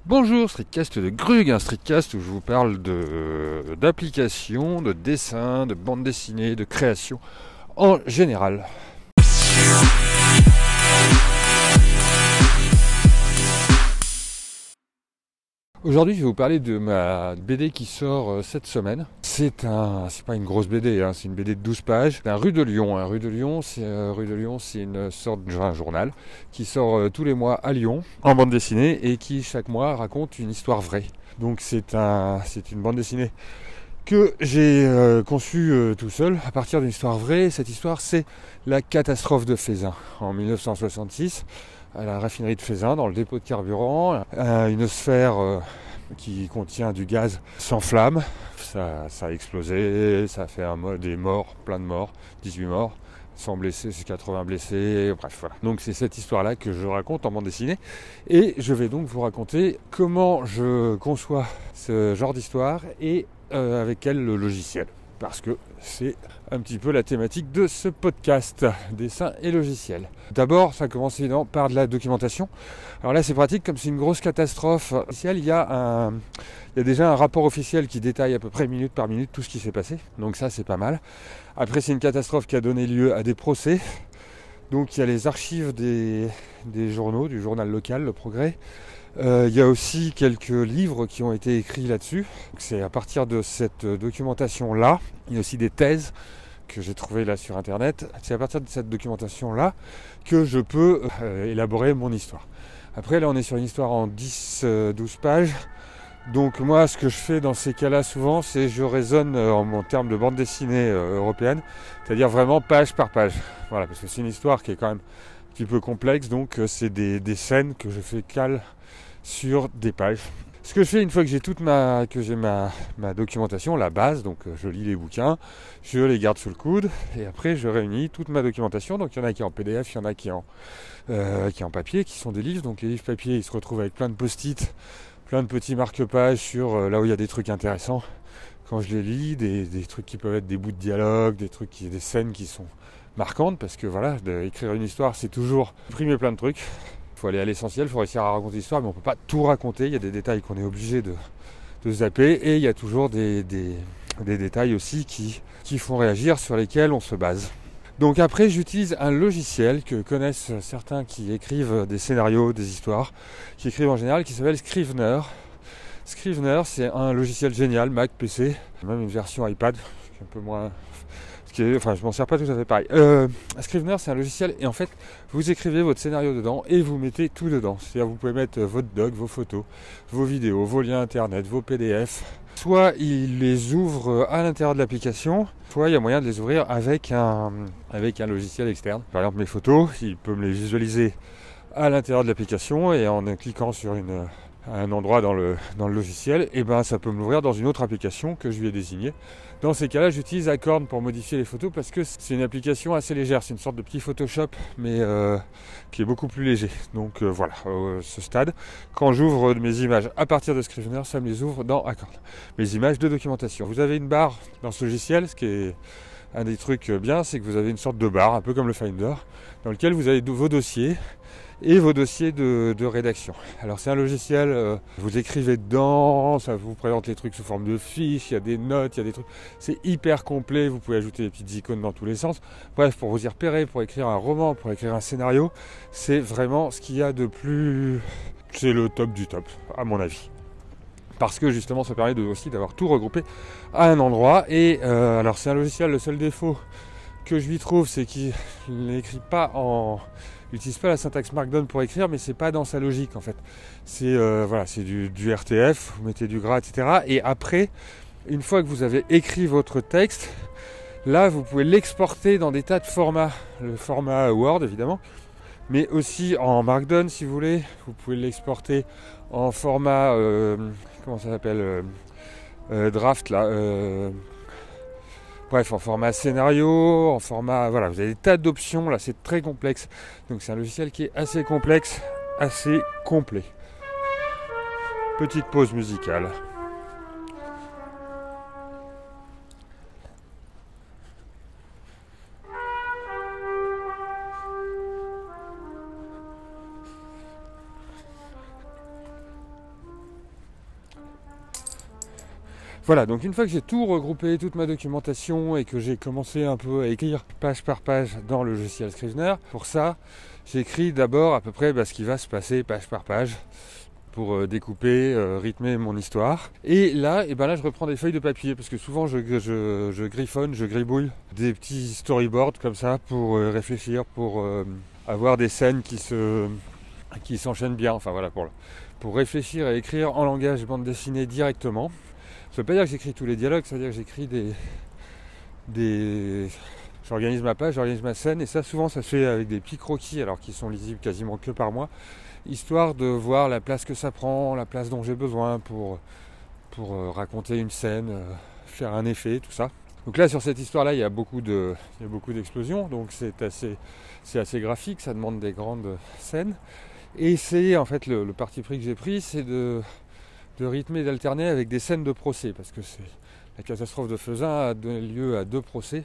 Bonjour, Streetcast de Grug, un Streetcast où je vous parle d'applications, de dessins, de bande dessinée, de création en général. Aujourd'hui, je vais vous parler de ma BD qui sort cette semaine. C'est pas une grosse BD, hein, c'est une BD de 12 pages. C'est un Rue de Lyon. Rue de Lyon, c'est une sorte de journal qui sort tous les mois à Lyon en bande dessinée et qui chaque mois raconte une histoire vraie. Donc c'est une bande dessinée que j'ai conçue tout seul à partir d'une histoire vraie. Cette histoire, c'est la catastrophe de Feyzin en 1966. À la raffinerie de Feyzin, dans le dépôt de carburant, une sphère qui contient du gaz s'enflamme, ça a explosé, ça a fait des morts, plein de morts, 18 morts, 100 blessés, 80 blessés, bref voilà. Donc c'est cette histoire-là que je raconte en bande dessinée, et je vais donc vous raconter comment je conçois ce genre d'histoire et avec quel logiciel. Parce que c'est un petit peu la thématique de ce podcast, dessin et logiciel. D'abord, ça commence évidemment par de la documentation. Alors là, c'est pratique, comme c'est une grosse catastrophe officielle, il y a déjà un rapport officiel qui détaille à peu près minute par minute tout ce qui s'est passé. Donc ça, c'est pas mal. Après, c'est une catastrophe qui a donné lieu à des procès. Donc il y a les archives des journaux, du journal local, Le Progrès. Il y a aussi quelques livres qui ont été écrits là-dessus. C'est à partir de cette documentation-là, il y a aussi des thèses que j'ai trouvées là sur internet. C'est à partir de cette documentation-là que je peux élaborer mon histoire. Après là on est sur une histoire en 10-12 pages. Donc moi ce que je fais dans ces cas-là souvent, c'est je raisonne en termes de bande dessinée européenne, c'est-à-dire vraiment page par page. Voilà, parce que c'est une histoire qui est quand même un petit peu complexe, donc c'est des scènes que je fais cale sur des pages. Ce que je fais une fois que j'ai ma documentation, la base, donc je lis les bouquins, je les garde sous le coude et après je réunis toute ma documentation. Donc il y en a qui est en PDF, il y en a qui est en papier, qui sont des livres. Donc les livres papier, ils se retrouvent avec plein de post-it, plein de petits marque-pages sur là où il y a des trucs intéressants. Quand je les lis, des trucs qui peuvent être des bouts de dialogue, des scènes qui sont marquantes, parce que voilà, écrire une histoire, c'est toujours imprimer plein de trucs. Il faut aller à l'essentiel, il faut réussir à raconter l'histoire, mais on ne peut pas tout raconter. Il y a des détails qu'on est obligé de zapper, et il y a toujours des détails aussi qui font réagir, sur lesquels on se base. Donc après, j'utilise un logiciel que connaissent certains qui écrivent des scénarios, des histoires, qui écrivent en général, qui s'appelle Scrivener. Scrivener, c'est un logiciel génial, Mac, PC, même une version iPad, qui est un peu moins... je m'en sers pas tout à fait pareil. Scrivener, c'est un logiciel, et en fait, vous écrivez votre scénario dedans et vous mettez tout dedans. C'est-à-dire, vous pouvez mettre votre doc, vos photos, vos vidéos, vos liens internet, vos PDF. Soit il les ouvre à l'intérieur de l'application, soit il y a moyen de les ouvrir avec un logiciel externe. Par exemple, mes photos, il peut me les visualiser à l'intérieur de l'application, et en cliquant sur un endroit dans le logiciel, et ben ça peut me l'ouvrir dans une autre application que je lui ai désignée. Dans ces cas-là, j'utilise Acorn pour modifier les photos, parce que c'est une application assez légère. C'est une sorte de petit Photoshop, mais qui est beaucoup plus léger. Donc voilà, à ce stade, quand j'ouvre mes images à partir de Scrivener, ça me les ouvre dans Acorn. Mes images de documentation. Vous avez une barre dans ce logiciel, ce qui est un des trucs bien, c'est que vous avez une sorte de barre, un peu comme le Finder, dans lequel vous avez vos dossiers et vos dossiers de rédaction. Alors c'est un logiciel, vous écrivez dedans, ça vous présente les trucs sous forme de fiches, il y a des notes, il y a des trucs, c'est hyper complet, vous pouvez ajouter des petites icônes dans tous les sens. Bref, pour vous y repérer, pour écrire un roman, pour écrire un scénario, c'est vraiment ce qu'il y a de plus... C'est le top du top, à mon avis. Parce que justement ça permet aussi d'avoir tout regroupé à un endroit. Et alors c'est un logiciel, le seul défaut que je lui trouve, c'est qu'il n'écrit pas il n'utilise pas la syntaxe Markdown pour écrire, mais c'est pas dans sa logique en fait. C'est c'est du RTF, vous mettez du gras, etc. Et après, une fois que vous avez écrit votre texte, là vous pouvez l'exporter dans des tas de formats. Le format Word évidemment, mais aussi en Markdown si vous voulez. Vous pouvez l'exporter en format comment ça s'appelle, draft là. Bref, en format scénario, en format... Voilà, vous avez des tas d'options, là c'est très complexe. Donc c'est un logiciel qui est assez complexe, assez complet. Petite pause musicale. Voilà, donc une fois que j'ai tout regroupé, toute ma documentation et que j'ai commencé un peu à écrire page par page dans le logiciel Scrivener, pour ça, j'écris d'abord à peu près ce qui va se passer page par page pour découper, rythmer mon histoire. Et là, je reprends des feuilles de papier parce que souvent je griffonne, je gribouille des petits storyboards comme ça pour réfléchir, pour avoir des scènes qui s'enchaînent bien. Enfin voilà, pour réfléchir et écrire en langage bande dessinée directement. Ça veut pas dire que j'écris tous les dialogues, ça veut dire que j'écris j'organise ma page, j'organise ma scène, et ça souvent ça se fait avec des petits croquis, alors qui sont lisibles quasiment que par moi, histoire de voir la place que ça prend, la place dont j'ai besoin pour raconter une scène, faire un effet, tout ça. Donc là sur cette histoire-là, il y a beaucoup d'explosions, donc c'est assez graphique, ça demande des grandes scènes. Et c'est en fait le parti pris que j'ai pris, c'est de rythmer et d'alterner avec des scènes de procès, parce que la catastrophe de Fezin a donné lieu à 2 procès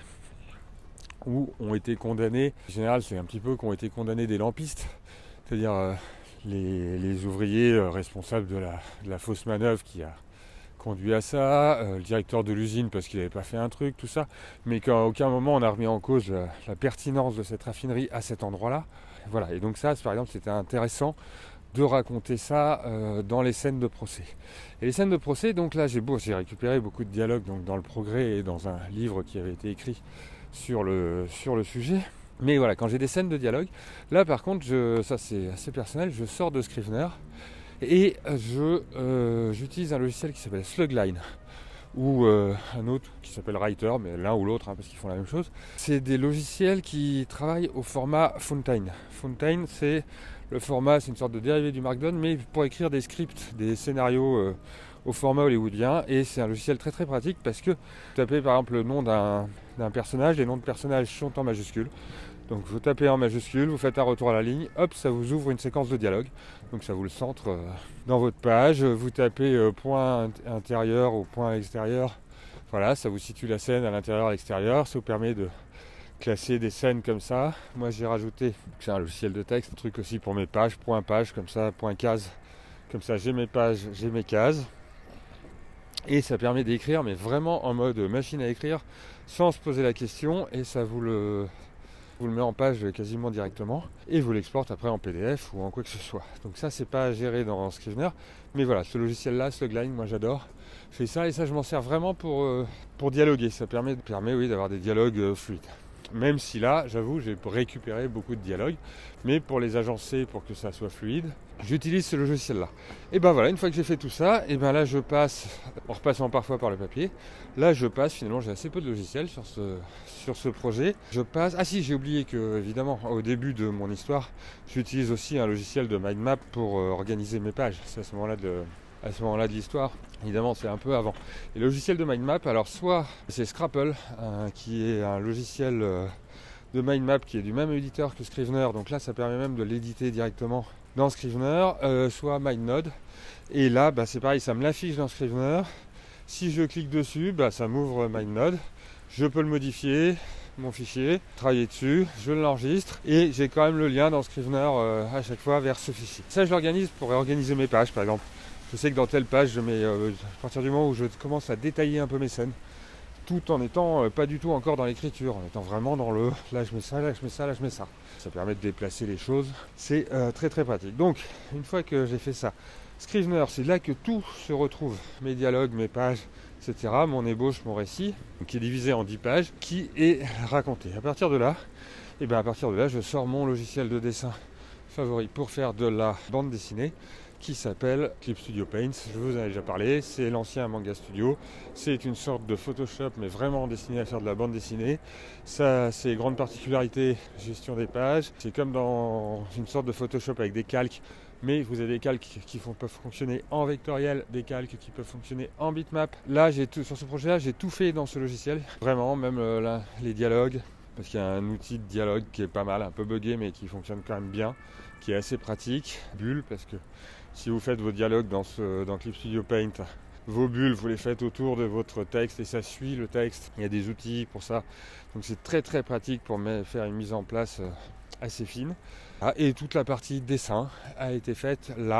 où ont été condamnés, en général c'est un petit peu qu'ont été condamnés des lampistes, c'est-à-dire les ouvriers responsables de la fausse manœuvre qui a conduit à ça, le directeur de l'usine parce qu'il n'avait pas fait un truc, tout ça, mais qu'à aucun moment on a remis en cause la pertinence de cette raffinerie à cet endroit-là. Voilà, et donc ça, par exemple, c'était intéressant de raconter ça dans les scènes de procès. Et les scènes de procès, donc là j'ai récupéré beaucoup de dialogues donc, dans le Progrès et dans un livre qui avait été écrit sur le sujet. Mais voilà, quand j'ai des scènes de dialogue, là par contre, ça c'est assez personnel, je sors de Scrivener et j'utilise un logiciel qui s'appelle Slugline ou un autre qui s'appelle Writer, mais l'un ou l'autre parce qu'ils font la même chose. C'est des logiciels qui travaillent au format Fountain. Fountain, c'est le format, c'est une sorte de dérivé du Markdown, mais pour écrire des scripts, des scénarios au format hollywoodien, et c'est un logiciel très très pratique parce que vous tapez par exemple le nom d'un personnage, les noms de personnages sont en majuscules. Donc vous tapez en majuscule, vous faites un retour à la ligne, hop, ça vous ouvre une séquence de dialogue. Donc ça vous le centre dans votre page. Vous tapez point intérieur ou point extérieur. Voilà, ça vous situe la scène à l'intérieur et à l'extérieur. Ça vous permet de classer des scènes comme ça. Moi j'ai rajouté, c'est un logiciel de texte, un truc aussi pour mes pages, point page, comme ça, point case. Comme ça j'ai mes pages, j'ai mes cases. Et ça permet d'écrire, mais vraiment en mode machine à écrire, sans se poser la question, et ça vous le met en page quasiment directement et vous l'exporte après en PDF ou en quoi que ce soit. Donc ça c'est pas géré dans Scrivener, mais voilà, ce logiciel là, Slugline, moi j'adore. Je fais ça et ça je m'en sers vraiment pour dialoguer. Ça permet oui, d'avoir des dialogues fluides. Même si là, j'avoue, j'ai récupéré beaucoup de dialogues, mais pour les agencer, pour que ça soit fluide, j'utilise ce logiciel-là. Et ben voilà, une fois que j'ai fait tout ça, et ben là je passe, en repassant parfois par le papier, là je passe, finalement j'ai assez peu de logiciels sur ce projet. Je passe, ah si, j'ai oublié que, évidemment, au début de mon histoire, j'utilise aussi un logiciel de mind map pour organiser mes pages. C'est à ce moment-là de l'histoire, évidemment c'est un peu avant. Et le logiciel de mind map, alors soit c'est Scrapple, qui est un logiciel de mind map qui est du même éditeur que Scrivener, donc là ça permet même de l'éditer directement dans Scrivener, soit MindNode, et là c'est pareil, ça me l'affiche dans Scrivener. Si je clique dessus, ça m'ouvre MindNode, je peux le modifier, mon fichier, travailler dessus, je l'enregistre et j'ai quand même le lien dans Scrivener à chaque fois vers ce fichier. Ça je l'organise pour réorganiser mes pages par exemple. Je sais que dans telle page, je mets, à partir du moment où je commence à détailler un peu mes scènes, tout en étant pas du tout encore dans l'écriture, en étant vraiment dans le là je mets ça, là je mets ça, là je mets ça. Ça permet de déplacer les choses, c'est très très pratique. Donc une fois que j'ai fait ça, Scrivener, c'est là que tout se retrouve, mes dialogues, mes pages, etc. Mon ébauche, mon récit, qui est divisé en 10 pages, qui est raconté. À partir de là, je sors mon logiciel de dessin favori pour faire de la bande dessinée, qui s'appelle Clip Studio Paint. Je vous en ai déjà parlé, c'est l'ancien Manga Studio. C'est une sorte de Photoshop, mais vraiment destiné à faire de la bande dessinée. Ça, c'est grande particularité, gestion des pages. C'est comme dans une sorte de Photoshop avec des calques, mais vous avez des calques qui peuvent fonctionner en vectoriel, des calques qui peuvent fonctionner en bitmap. Là, sur ce projet-là, j'ai tout fait dans ce logiciel. Vraiment, même les dialogues, parce qu'il y a un outil de dialogue qui est pas mal, un peu buggé, mais qui fonctionne quand même bien, qui est assez pratique. Bulle, parce que si vous faites vos dialogues dans Clip Studio Paint, vos bulles, vous les faites autour de votre texte et ça suit le texte. Il y a des outils pour ça. Donc c'est très très pratique pour faire une mise en place assez fine. Et toute la partie dessin a été faite là,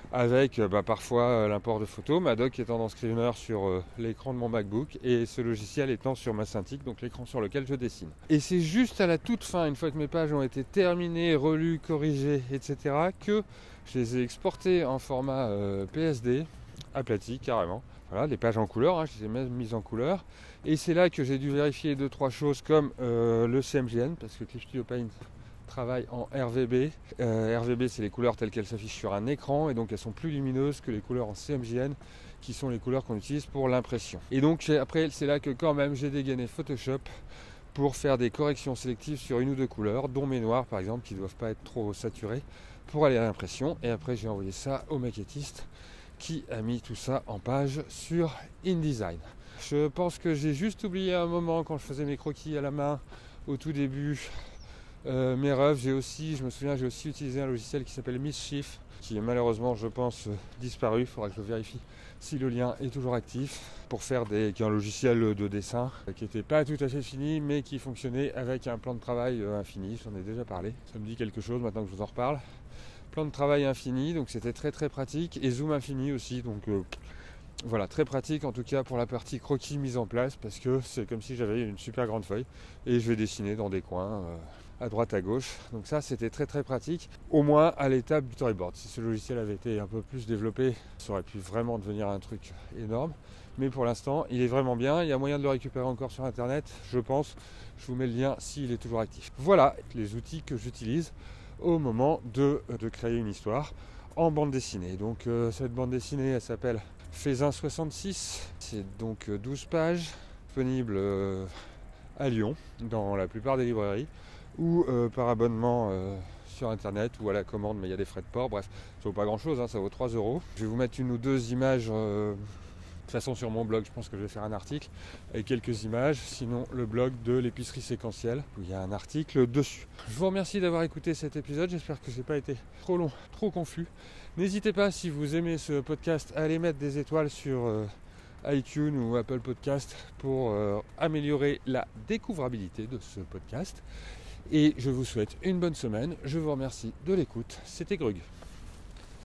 avec parfois l'import de photos, ma doc étant dans Scrivener sur l'écran de mon MacBook et ce logiciel étant sur ma Cintiq, donc l'écran sur lequel je dessine. Et c'est juste à la toute fin, une fois que mes pages ont été terminées, relues, corrigées, etc., que je les ai exportées en format PSD, aplati carrément. Voilà, les pages en couleur, je les ai même mises en couleur. Et c'est là que j'ai dû vérifier 2-3 choses comme le CMJN, parce que Clip Studio Paint travaille en RVB. RVB, c'est les couleurs telles qu'elles s'affichent sur un écran, et donc elles sont plus lumineuses que les couleurs en CMJN, qui sont les couleurs qu'on utilise pour l'impression. Et donc après, c'est là que quand même j'ai dégainé Photoshop pour faire des corrections sélectives sur une ou deux couleurs, dont mes noirs par exemple, qui ne doivent pas être trop saturés, pour aller à l'impression. Et après j'ai envoyé ça au maquettiste, qui a mis tout ça en page sur InDesign. Je pense que j'ai juste oublié un moment quand je faisais mes croquis à la main au tout début, mes refs. J'ai aussi utilisé un logiciel qui s'appelle Mischief, qui est malheureusement, je pense, disparu. Il faudra que je vérifie si le lien est toujours actif, pour faire un logiciel de dessin qui n'était pas tout à fait fini, mais qui fonctionnait avec un plan de travail infini. J'en ai déjà parlé, ça me dit quelque chose maintenant que je vous en reparle. Plan de travail infini, donc c'était très très pratique, et zoom infini aussi, donc voilà, très pratique en tout cas pour la partie croquis mise en place, parce que c'est comme si j'avais une super grande feuille et je vais dessiner dans des coins à droite à gauche. Donc ça, c'était très très pratique, au moins à l'étape du storyboard. Si ce logiciel avait été un peu plus développé, ça aurait pu vraiment devenir un truc énorme, mais pour l'instant il est vraiment bien. Il y a moyen de le récupérer encore sur internet, je pense. Je vous mets le lien s'il est toujours actif. Voilà les outils que j'utilise au moment de créer une histoire en bande dessinée. Donc cette bande dessinée, elle s'appelle Faisin 66, c'est donc 12 pages, disponible à Lyon, dans la plupart des librairies, ou par abonnement sur internet, ou à la commande, mais il y a des frais de port. Bref, ça vaut pas grand chose, ça vaut 3 €. Je vais vous mettre une ou deux images. De toute façon, sur mon blog, je pense que je vais faire un article avec quelques images. Sinon, le blog de l'épicerie séquentielle, où il y a un article dessus. Je vous remercie d'avoir écouté cet épisode. J'espère que je n'ai pas été trop long, trop confus. N'hésitez pas, si vous aimez ce podcast, à aller mettre des étoiles sur iTunes ou Apple Podcast pour améliorer la découvrabilité de ce podcast. Et je vous souhaite une bonne semaine. Je vous remercie de l'écoute. C'était Grug.